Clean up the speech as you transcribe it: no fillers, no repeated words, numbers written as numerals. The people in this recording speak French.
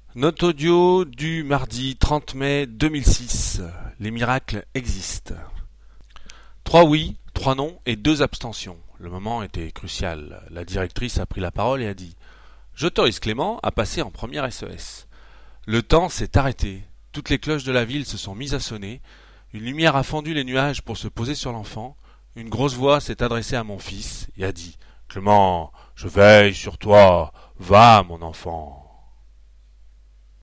Note audio du mardi 30 mai 2006. Les miracles existent. 3 oui, 3 non et 2 abstentions. Le moment était crucial. La directrice a pris la parole et a dit « J'autorise Clément à passer en première SES ». Le temps s'est arrêté. Toutes les cloches de la ville se sont mises à sonner. Une lumière a fendu les nuages pour se poser sur l'enfant. Une grosse voix s'est adressée à mon fils et a dit « Clément, je veille sur toi. Va, mon enfant ».